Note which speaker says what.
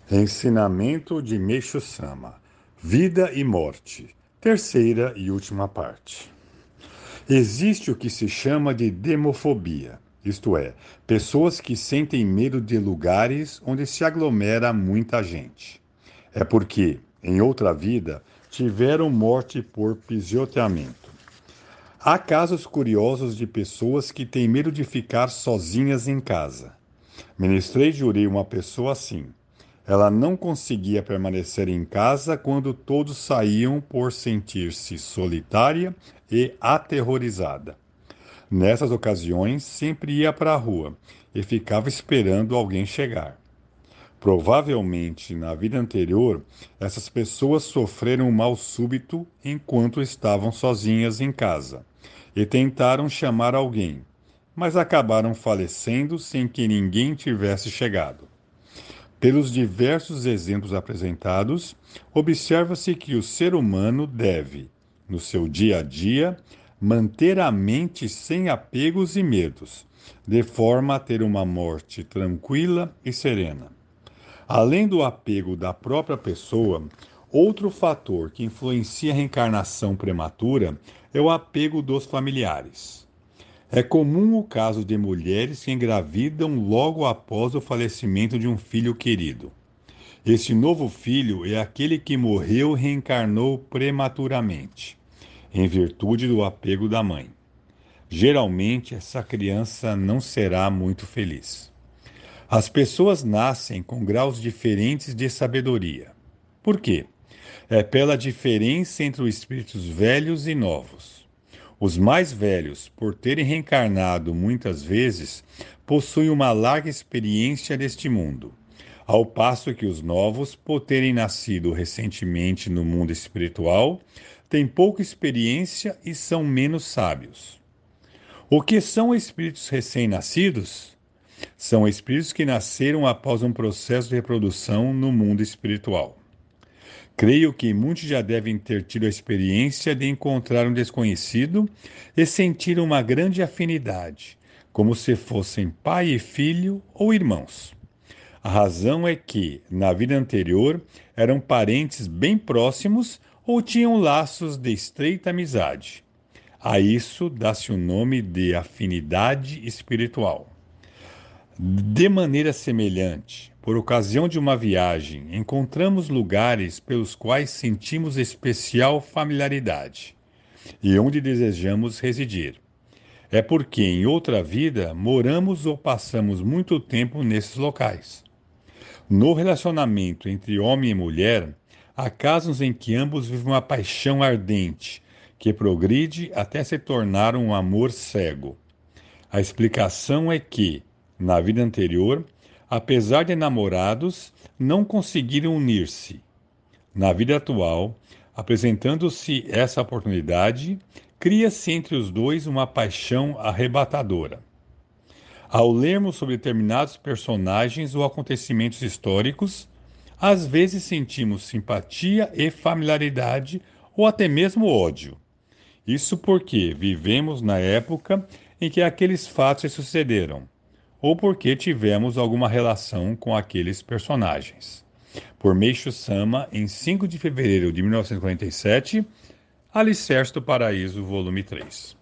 Speaker 1: Ensinamento de Meishu Sama: Vida e Morte. Terceira e última parte. Existe o que se chama de demofobia, isto é, pessoas que sentem medo de lugares onde se aglomera muita gente. É porque, em outra vida, tiveram morte por pisoteamento. Há casos curiosos de pessoas que têm medo de ficar sozinhas em casa. Ministrei de Uri uma pessoa assim. Ela não conseguia permanecer em casa quando todos saíam por sentir-se solitária e aterrorizada. Nessas ocasiões, sempre ia para a rua e ficava esperando alguém chegar. Provavelmente, na vida anterior, essas pessoas sofreram um mal súbito enquanto estavam sozinhas em casa e tentaram chamar alguém, mas acabaram falecendo sem que ninguém tivesse chegado. Pelos diversos exemplos apresentados, observa-se que o ser humano deve, no seu dia a dia, manter a mente sem apegos e medos, de forma a ter uma morte tranquila e serena. Além do apego da própria pessoa, outro fator que influencia a reencarnação prematura é o apego dos familiares. É comum o caso de mulheres que engravidam logo após o falecimento de um filho querido. Este novo filho é aquele que morreu e reencarnou prematuramente, em virtude do apego da mãe. Geralmente, essa criança não será muito feliz. As pessoas nascem com graus diferentes de sabedoria. Por quê? É pela diferença entre os espíritos velhos e novos. Os mais velhos, por terem reencarnado muitas vezes, possuem uma larga experiência deste mundo, ao passo que os novos, por terem nascido recentemente no mundo espiritual, têm pouca experiência e são menos sábios. O que são espíritos recém-nascidos? São espíritos que nasceram após um processo de reprodução no mundo espiritual. Creio que muitos já devem ter tido a experiência de encontrar um desconhecido e sentir uma grande afinidade, como se fossem pai e filho ou irmãos. A razão é que, na vida anterior, eram parentes bem próximos ou tinham laços de estreita amizade. A isso dá-se o nome de afinidade espiritual. De maneira semelhante, por ocasião de uma viagem, encontramos lugares pelos quais sentimos especial familiaridade e onde desejamos residir. É porque, em outra vida, moramos ou passamos muito tempo nesses locais. No relacionamento entre homem e mulher, há casos em que ambos vivem uma paixão ardente, que progride até se tornar um amor cego. A explicação é que, na vida anterior, apesar de namorados, não conseguiram unir-se. Na vida atual, apresentando-se essa oportunidade, cria-se entre os dois uma paixão arrebatadora. Ao lermos sobre determinados personagens ou acontecimentos históricos, às vezes sentimos simpatia e familiaridade ou até mesmo ódio. Isso porque vivemos na época em que aqueles fatos se sucederam, ou porque tivemos alguma relação com aqueles personagens. Por Meishu Sama, em 5 de fevereiro de 1947, Alicerce do Paraíso, volume 3.